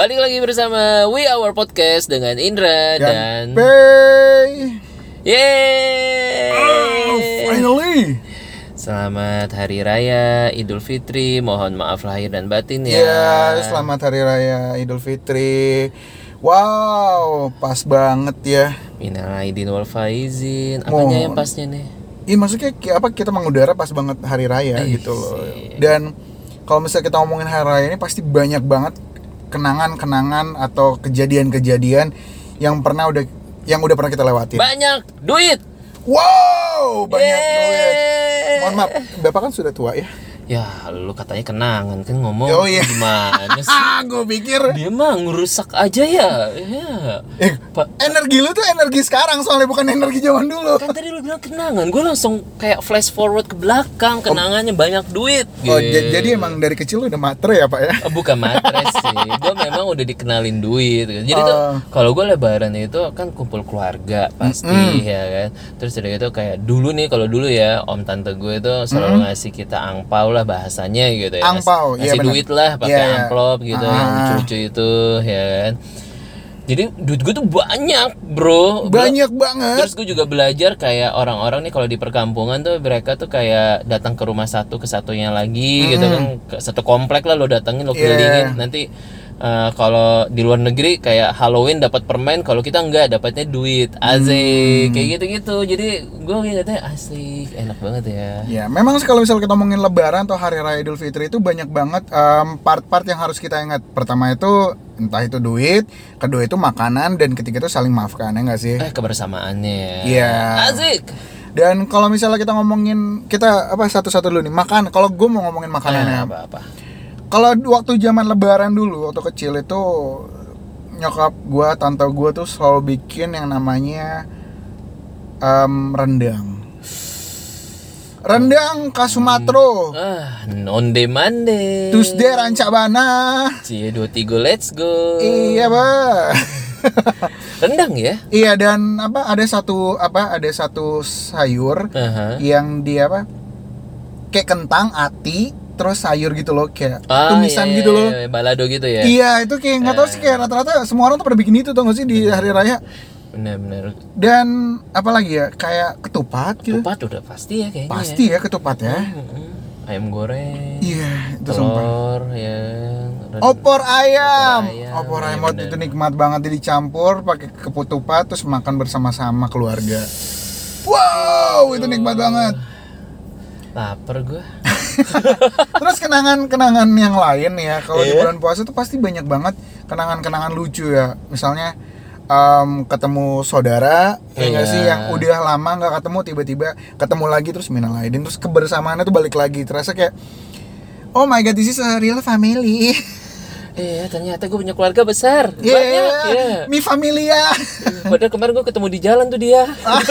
Balik lagi bersama We Our Podcast dengan Indra dan Pei. Yeay! Finally. Selamat Hari Raya Idul Fitri. Mohon maaf lahir dan batin ya. Ya, selamat Hari Raya Idul Fitri. Wow, pas banget ya. Minal aidin wal faizin. Apanya yang pasnya nih? Iya, maksudnya kita mengudara pas banget Hari Raya gitu loh. Dan kalau misalnya kita ngomongin Hari Raya ini pasti banyak banget kenangan-kenangan atau kejadian-kejadian yang udah pernah kita lewatin. Banyak duit. Wow, banyak duit. Mohon maaf, Bapak kan sudah tua ya. Ya, lu katanya kenangan kan ngomong. Oh iya. Gimana sih? Gue pikir Dia mah ngerusak aja ya. Ya. energi lu tuh energi sekarang soalnya bukan energi zaman dulu. Kan tadi lu bilang kenangan, gue langsung kayak flash forward ke belakang. Kenangannya banyak duit gitu. Oh, jadi emang dari kecil lu udah matre ya Pak ya? Bukan matres sih, gue memang udah dikenalin duit gitu. Jadi tuh kalau gue lebaran itu kan kumpul keluarga pasti ya kan. Terus udah gitu kayak dulu nih, kalau dulu ya om tante gue itu selalu ngasih kita angpau lah bahasanya gitu ya. Angpau, ngasih duit lah pakai amplop gitu yang lucu-lucu itu ya kan. Jadi duit gue tuh banyak bro. Banyak banget. Terus gue juga belajar kayak orang-orang nih kalau di perkampungan tuh mereka tuh kayak datang ke rumah satu ke satunya lagi gitu kan. Satu komplek lah lo datengin, lo kelilingin. Nanti kalau di luar negeri kayak Halloween dapat permen, kalau kita enggak dapatnya duit. Asik kayak gitu-gitu. Jadi gue ngeliatnya asik, enak banget ya. Ya memang kalau misalnya kita ngomongin lebaran atau hari raya Idul Fitri itu banyak banget part-part yang harus kita ingat. Pertama itu entah itu duit, kedua itu makanan, dan ketiga itu saling maafkan, ya nggak sih? Kebersamaannya. Iya. Asik. Dan kalau misalnya kita ngomongin satu-satu dulu nih, makan. Kalau gue mau ngomongin makanannya. Apa-apa. Kalau waktu zaman lebaran dulu, waktu kecil itu nyokap gue, tante gue tuh selalu bikin yang namanya rendang khas Sumatera. Onde mande. Tuesday Rancabana. Cie 2-3 let's go. Iya, Pak. Rendang ya? Iya, dan ada satu sayur yang dia kayak kentang, ati, terus sayur gitu loh, kayak tumisan gitu loh. Balado gitu ya. Iya, itu kayak nggak tahu sih, kayak rata-rata semua orang tuh pada bikin itu, tau gak sih, di hari raya. Benar-benar. Dan apalagi ya, kayak ketupat gitu. Ketupat udah pasti ya kayaknya. Pasti ya ketupat ya. Ayam goreng. Iya, itu telur ya. Opor ayam Ya, itu nikmat banget, dicampur pakai ketupat terus makan bersama-sama keluarga. Wow, itu nikmat banget. Lapar gue. Terus kenangan yang lain ya, kalau di bulan puasa tuh pasti banyak banget kenangan-kenangan lucu ya. Misalnya ketemu saudara nggak sih, yang udah lama nggak ketemu, tiba-tiba ketemu lagi terus minal aidin, terus kebersamaannya tuh balik lagi, terasa kayak oh my god, this is a real family. Iya, ternyata gue punya keluarga besar. Banyak. Mi familia. Padahal kemarin gue ketemu di jalan tuh dia.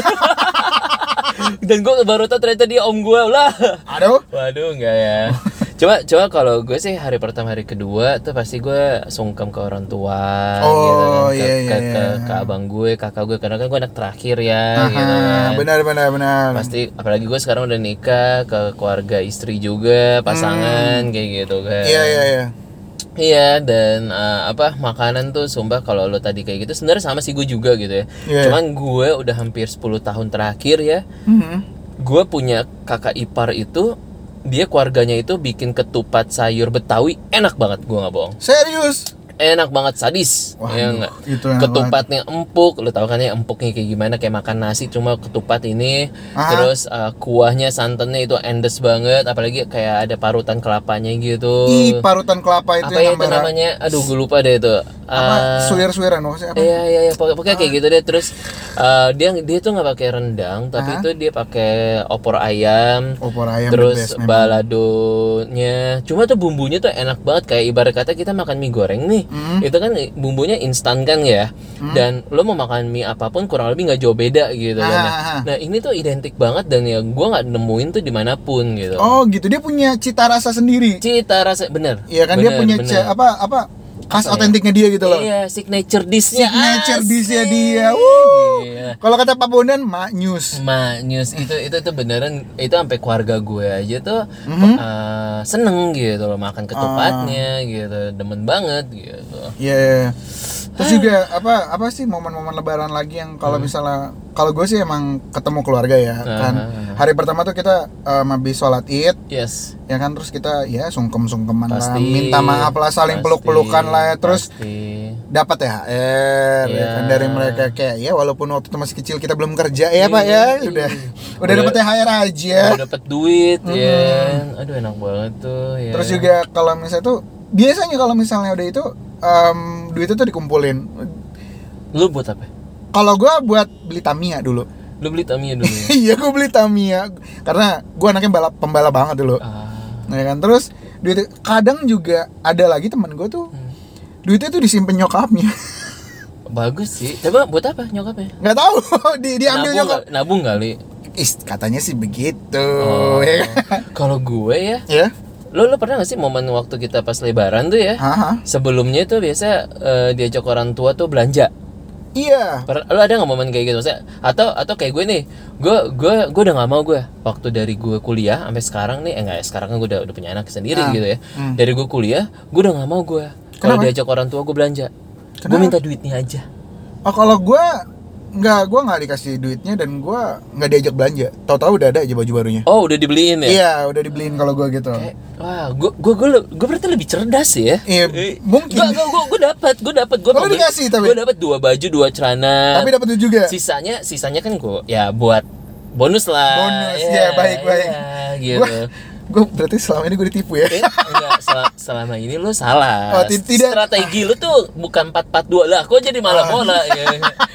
Dan gue baru tau ternyata dia om gue lah. Waduh, enggak ya. Coba kalau gue sih hari pertama hari kedua tuh pasti gue sungkem ke orang tua gitu kan. Ke abang gue, kakak gue, karena kan gue anak terakhir ya. Gitu kan. Benar. Pasti apalagi gue sekarang udah nikah, ke keluarga istri juga, pasangan kayak gitu kan. Iya, dan makanan tuh sumpah kalau lo tadi kayak gitu sebenarnya sama sih gue juga gitu ya. Cuman gue udah hampir 10 tahun terakhir ya. Gue punya kakak ipar itu, dia keluarganya itu bikin ketupat sayur Betawi enak banget, gue nggak bohong. Serius? Enak banget, sadis. Ya enggak? Ketupatnya empuk, lo tau kan ya empuknya kayak gimana, kayak makan nasi cuma ketupat ini. Terus kuahnya, santannya itu endes banget, apalagi kayak ada parutan kelapanya gitu. Parutan kelapa itu apa yang itu namanya? Aduh, gue lupa deh itu. Suwir-suwiran maksudnya apa? Iya, pokoknya kayak gitu deh. Terus dia tuh nggak pakai rendang, tapi itu dia pakai opor ayam. Terus baladonya. Cuma tuh bumbunya tuh enak banget, kayak ibarat kata kita makan mie goreng nih. Itu kan bumbunya instan kan ya. Dan lo mau makan mie apapun kurang lebih nggak jauh beda gitu kan. Nah ini tuh identik banget, dan ya gue nggak nemuin tuh dimanapun gitu. Oh gitu, dia punya cita rasa sendiri. Bener. Iya kan, dia punya khas otentiknya dia gitu loh. Iya, signature dish-nya dia. Gila. Kalau kata Pak Bondan, maknyus. Maknyus itu beneran, itu sampai keluarga gue aja tuh seneng gitu loh makan ketupatnya gitu, demen banget gitu. Iya. Terus juga apa sih momen-momen lebaran lagi yang kalau misalnya, kalau gue sih emang ketemu keluarga ya kan. Hari pertama tuh kita habis sholat Id. Yes. Ya kan, terus kita ya sungkem-sungkeman lah, minta maaf lah, saling peluk-pelukan lah ya. Terus dapat THR ya kan dari mereka, kayak ya walaupun waktu itu masih kecil kita belum kerja ya Pak ya, udah dapat THR aja. Udah dapat duit ya. Aduh enak banget tuh ya. Terus juga kalau misalnya tuh biasanya kalau misalnya udah itu duit itu dikumpulin. Lu buat apa? Kalau gue buat beli Tamiya dulu. Lu beli Tamiya dulu ya? Iya, gue beli Tamiya karena gue anaknya pembalap banget dulu. Ya kan, terus duit kadang juga ada lagi teman gue tuh duitnya tuh disimpan nyokapnya. Bagus sih. Coba buat apa nyokapnya? Nggak tahu, diambil nyokap. Nabung kali. Katanya sih begitu. Ya. Kalau gue ya. Ya. Lo pernah gak sih momen waktu kita pas lebaran tuh ya? Sebelumnya tuh biasa diajak orang tua tuh belanja. Iya. Lo ada nggak momen kayak gitu? Maksudnya, atau kayak gue nih, gue udah nggak mau gue waktu dari gue kuliah sampai sekarang nih, enggak, sekarang kan gue udah punya anak sendiri gitu ya. Dari gue kuliah, gue udah nggak mau gue kalau diajak orang tua gue belanja. Gue minta duitnya aja. Oh, kalau gue nggak dikasih duitnya dan gue nggak diajak belanja. Tahu-tahu udah ada aja baju barunya. Oh, udah dibeliin ya? Iya, udah dibeliin kalau gue gitu. Wah, gue berarti lebih cerdas ya. Iya, mungkin. Gue dapat. Gue dikasih tapi. Gue dapat 2 baju, 2 celana. Tapi dapat duit juga. Sisanya kan gue ya buat bonus lah. Bonus, ya baik. Ya, gitu. Gue berarti selama ini gue ditipu ya? Enggak, selama ini lo salah. Oh, tidak. Strategi lo tuh bukan 4-4-2 lah. Kok jadi malah bola ya.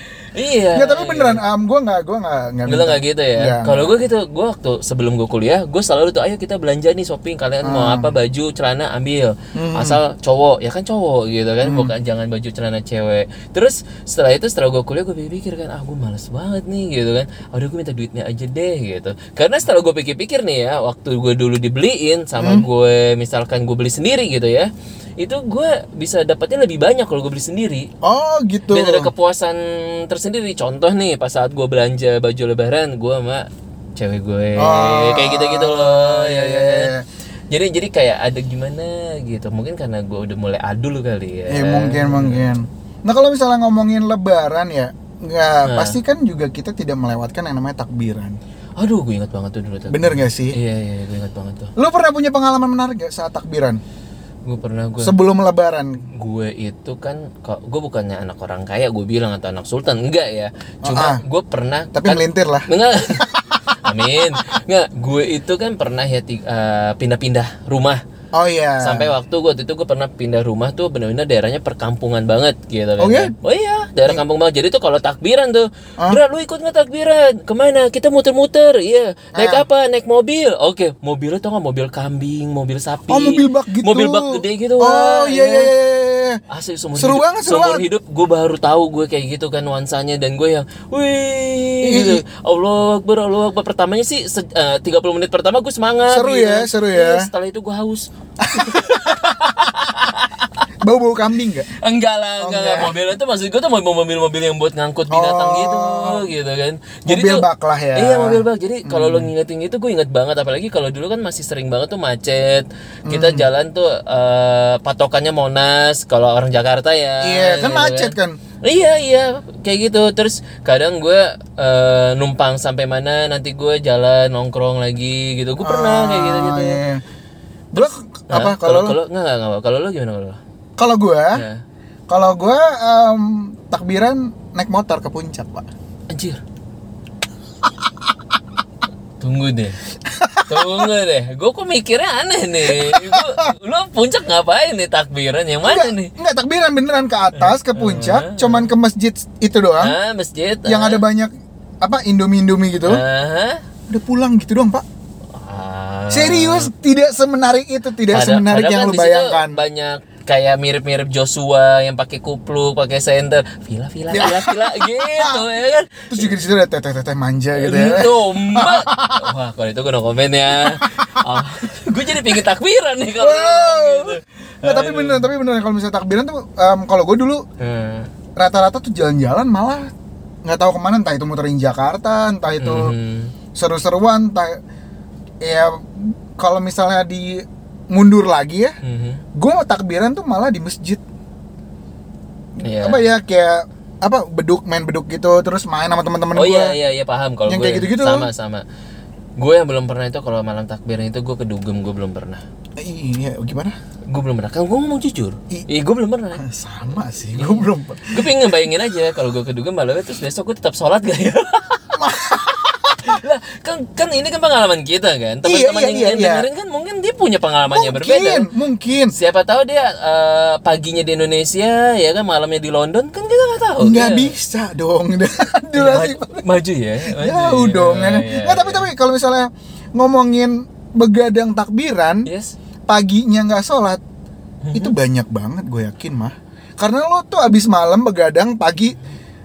Iya. Nggak, tapi beneran gue nggak gitu ya. Kalau gue gitu, gue waktu sebelum gue kuliah, gue selalu tuh, ayo kita belanja nih, shopping, kalian mau apa, baju, celana ambil, asal cowok, ya kan cowok gitu kan, bukan jangan baju celana cewek. Terus setelah gue kuliah, gue pikir kan, gue males banget nih gitu kan, udah gue minta duitnya aja deh gitu. Karena setelah gue pikir-pikir nih ya, waktu gue dulu dibeliin sama gue, misalkan gue beli sendiri gitu ya, itu gue bisa dapatnya lebih banyak kalau gue beli sendiri. Oh gitu. Dan ada kepuasan tersendiri. Contoh nih, pas saat gue belanja baju lebaran, gue sama cewek gue kayak gitu-gitu loh. Iya. Jadi kayak ada gimana gitu. Mungkin karena gue udah mulai adul kali ya. Mungkin. Nah, kalau misalnya ngomongin lebaran ya, pasti kan juga kita tidak melewatkan yang namanya takbiran. Aduh, gue ingat banget tuh dulu. Bener gak sih? Iya, gue ingat banget tuh. Lu pernah punya pengalaman menarik gak saat takbiran? Gue pernah. Sebelum lebaran. Gue itu kan, gue bukannya anak orang kaya, gue bilang, atau anak sultan, enggak ya. Cuma gue pernah. Tapi melintir lah. Enggak. Amin. Enggak, gue itu kan pernah ya pindah-pindah rumah. Oh iya. Sampai waktu gue pernah pindah rumah tuh benar-benar daerahnya perkampungan banget gitu kan. Oh iya? Oh iya, daerah kampung banget. Jadi tuh kalau takbiran tuh, Bro, lu ikut nggak takbiran? Kemana? Kita muter-muter. Iya. Naik apa? Naik mobil. Oke, mobilnya tuh nggak mobil kambing, mobil sapi. Oh, mobil bak gitu. Mobil bak gede gitu. Oh iya. Asli seru banget. Seumur hidup gue baru tahu gue kayak gitu kan nuansanya, dan gue yang wih gitu. Allah Akbar. Pertamanya sih 30 menit pertama gue semangat. Seru ya. Setelah itu gue haus. Bau kambing gak? Enggak lah. Mobilnya tuh maksud gue tuh mobil-mobil yang buat ngangkut binatang gitu kan. Jadi mobil bak lah ya. Iya, mobil bak. Jadi kalau lo ngingetin itu, gue inget banget. Apalagi kalau dulu kan masih sering banget tuh macet. Kita jalan tuh patokannya Monas kalau orang Jakarta ya. Iya kan, gitu macet kan. Iya kayak gitu. Terus kadang gue numpang sampai mana, nanti gue jalan nongkrong lagi gitu. Gue pernah kayak gitu. Iya. Terus apa kalau nggak kalau lo gimana kalau? Kalau gue takbiran naik motor ke puncak, Pak. Anjir. Tunggu deh. Gue kok mikirnya aneh nih. Lo puncak ngapain nih takbiran? Yang mana nih? Enggak, takbiran beneran ke atas, ke puncak, cuman ke masjid itu doang. Masjid. Yang ada banyak Indomie gitu. Udah pulang gitu doang, Pak. Serius, tidak semenarik itu, semenarik yang lu bayangkan. Banyak kayak mirip-mirip Joshua yang pakai kupluk, pakai senter, villa gitu ya kan. Terus juga di situ ada teteh manja gitu ya. Mbak. Wah, kalau itu gue no komen ya. Gue jadi pingin takbiran nih kalau gitu. Nah, tapi beneran kalau misalnya takbiran tuh kalau gue dulu rata-rata tuh jalan-jalan malah nggak tahu kemana, entah itu muterin Jakarta, entah itu seru-seruan, entah ya kalau misalnya di mundur lagi ya, gue mau takbiran tuh malah di masjid. Apa ya, kayak apa, main beduk gitu, terus main sama teman-teman gue. Iya paham. Kalau yang gue kayak gitu-gitu sama. Gue yang belum pernah itu kalau malam takbiran itu gue kedugem, gue belum pernah. Iya, gimana? Gue belum pernah. Kan gue ngomong jujur. Iya, gue belum pernah. Sama sih, gue belum pernah. Gue pengen bayangin aja kalau gue kedugem malam terus besok gue tetap sholat gak ya? Lah, kan ini kan pengalaman kita kan. Teman-teman yang dengerin kan mungkin dia punya pengalaman yang berbeda. Mungkin. Siapa tahu dia paginya di Indonesia ya kan, malamnya di London, kan kita nggak tahu. Nggak bisa dong. Maju ya. Jauh dong. Nggak, tapi kalau misalnya ngomongin begadang takbiran, paginya nggak sholat, itu banyak banget gue yakin mah. Karena lo tuh abis malam begadang, pagi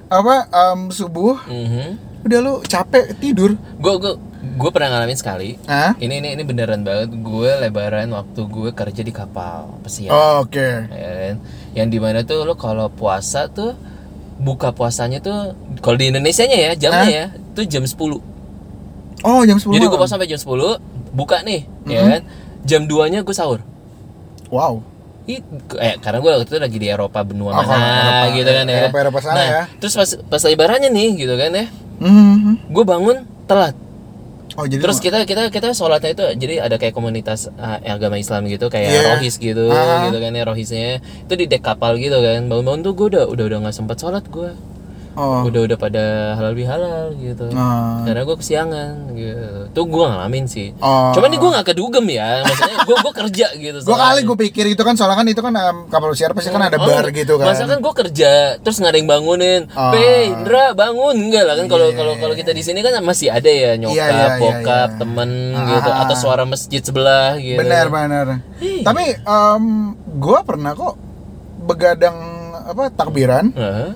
subuh, udah lu capek tidur. Gue pernah ngalamin sekali. Ini beneran banget. Gue lebaran waktu gue kerja di kapal pesiar. Oke. Ya, yang dimana tuh lo kalau puasa tuh buka puasanya tuh kalau di Indonesianya ya jamnya ya tuh jam 10. Oh, jam 10. Jadi gue puasa sampai jam 10, buka nih, ya kan. Jam 2-nya gue sahur. Wow. Karena gue waktu itu lagi di Eropa benua mana gitu kan ya. Eropa sana nah, ya. Terus pas lebarannya nih gitu kan ya. Gue bangun telat. Oh, jadi terus kita sholatnya itu jadi ada kayak komunitas agama Islam gitu, kayak rohis gitu gitu kan ya, rohisnya itu di dek kapal gitu kan. Bangun tuh gue udah nggak sempat sholat gue. Udah pada halal bihalal gitu. Karena gue kesiangan gitu. Tuh gue ngalamin sih. Cuman nih gue nggak kedugem ya. Maksudnya gue kerja gitu. Gue pikir itu kan soalnya kan itu kan kapal pesiar pasti kan ada bar gitu kan. Masa kan gue kerja terus nggak ada yang bangunin. Indra bangun, enggak lah kan. Kalau kita di sini kan masih ada ya nyokap, bokap, temen gitu, atau suara masjid sebelah gitu. Benar. Tapi gue pernah kok begadang takbiran.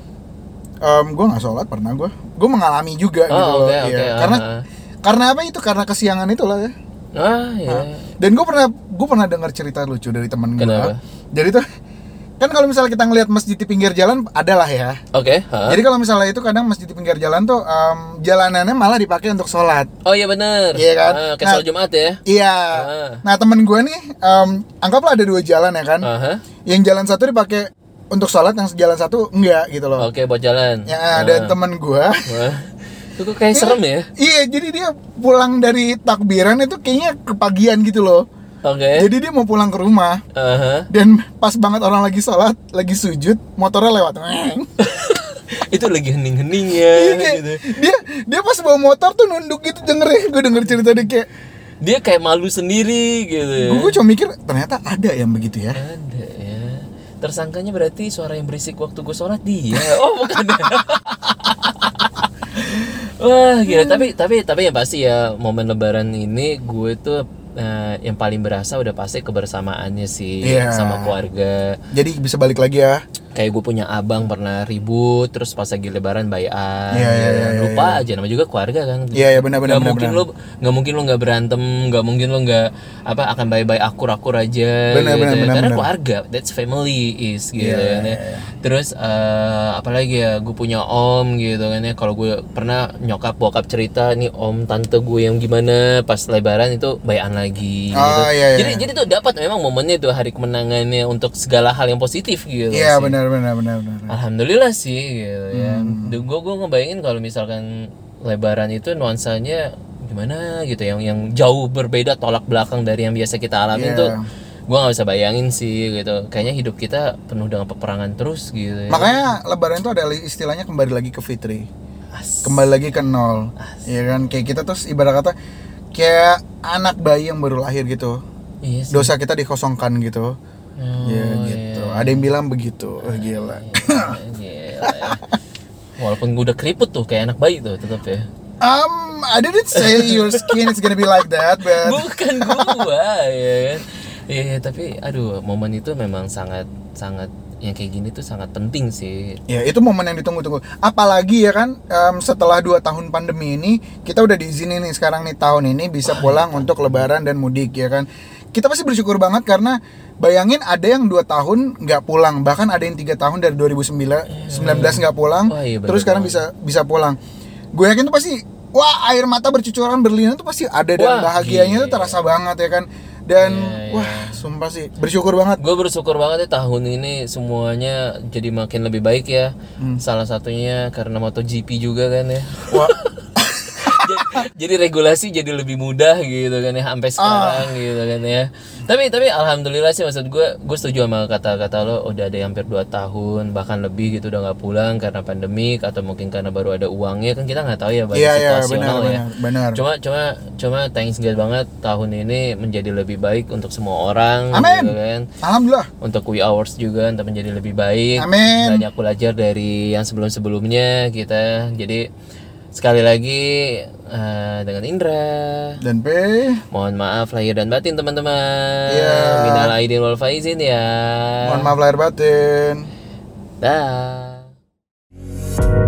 Gue nggak sholat pernah, gue mengalami juga gitu loh. Karena apa itu, karena kesiangan itulah ya. Dan gue pernah dengar cerita lucu dari teman gue. Jadi tuh kan kalau misalnya kita ngelihat masjid di pinggir jalan adalah ya. Jadi kalau misalnya itu kadang masjid di pinggir jalan tuh jalanannya malah dipakai untuk sholat. Oh iya benar. Iya kan. Kayak sholat Jumat ya. Iya. Nah teman gue nih anggaplah ada 2 jalan ya kan. Yang jalan satu dipakai untuk sholat, yang jalan satu enggak gitu loh. Buat jalan. Ya, ada teman gua. Itu kayak serem ya. Iya, jadi dia pulang dari takbiran itu kayaknya kepagian gitu loh. Jadi dia mau pulang ke rumah. Dan pas banget orang lagi sholat, lagi sujud, motornya lewat. Itu lagi hening-hening ya. Gitu. Dia pas bawa motor tuh nunduk gitu, gue denger cerita dia kayak malu sendiri gitu. Gue cuma mikir ternyata ada yang begitu ya. Ada ya. Tersangkanya berarti suara yang berisik waktu gue sholat dia. Oh bukan. Wah gila. Tapi yang pasti ya momen lebaran ini gue tuh yang paling berasa udah pasti kebersamaannya sih sama keluarga. Jadi bisa balik lagi ya. Kayak gue punya abang pernah ribut, terus pas lagi lebaran bayan. Lupa aja, namanya juga keluarga kan. Iya benar. Nggak mungkin lo nggak berantem, nggak mungkin lo nggak akan baik-baik akur aja. Benar. Karena keluarga, that's family is gitu kan ya. Terus apalagi ya, gue punya om gitu kan ya. Kalau gue pernah nyokap bokap cerita nih om tante gue yang gimana pas lebaran itu bayan lagi. Gitu. Jadi tuh dapat memang momennya tuh hari kemenangannya untuk segala hal yang positif gitu. Iya benar. Alhamdulillah sih gitu ya. Gue ngebayangin kalau misalkan lebaran itu nuansanya gimana gitu, yang jauh berbeda, tolak belakang dari yang biasa kita alamin tuh gue nggak bisa bayangin sih gitu. Kayaknya hidup kita penuh dengan peperangan terus gitu ya. Makanya lebaran itu ada istilahnya kembali lagi ke fitri, kembali lagi ke nol. Ya kan, kayak kita terus ibarat kata kayak anak bayi yang baru lahir gitu. Dosa kita dikosongkan gitu. Gitu. Ada yang bilang begitu. Gila. Walaupun gue udah keriput tuh kayak anak bayi tuh tetap ya. I didn't say your skin is gonna be like that, but bukan gua ya. Iya, tapi aduh, momen itu memang sangat yang kayak gini tuh sangat penting sih. Ya, itu momen yang ditunggu-tunggu. Apalagi ya kan, setelah 2 tahun pandemi ini, kita udah diizinin nih sekarang nih tahun ini bisa pulang untuk lebaran dan mudik ya kan. kita pasti bersyukur banget karena bayangin ada yang 2 tahun nggak pulang, bahkan ada yang 3 tahun dari 2019 nggak pulang, terus sekarang bisa pulang. Gue yakin tuh pasti, wah air mata bercucuran berlinang tuh pasti ada, dan bahagianya tuh terasa banget ya kan. Dan wah sumpah sih bersyukur banget. Gue bersyukur banget ya tahun ini semuanya jadi makin lebih baik ya. Salah satunya karena MotoGP juga kan ya. Wah. Jadi regulasi jadi lebih mudah gitu kan ya sampai sekarang gitu kan ya. Tapi alhamdulillah sih, maksud gue setuju sama kata-kata lo, udah ada hampir 2 tahun bahkan lebih gitu udah nggak pulang karena pandemik atau mungkin karena baru ada uangnya, kan kita nggak tahu ya bagi situasional ya. Benar. Cuma thanks God banget tahun ini menjadi lebih baik untuk semua orang. Amin. Gitu kan. Alhamdulillah. Untuk We Hours juga untuk menjadi lebih baik. Amin. Banyak belajar dari yang sebelumnya kita. Jadi sekali lagi dengan Indra dan P, mohon maaf lahir dan batin teman-teman. Minal aidin wal faizin ya. Mohon maaf lahir batin. Dah.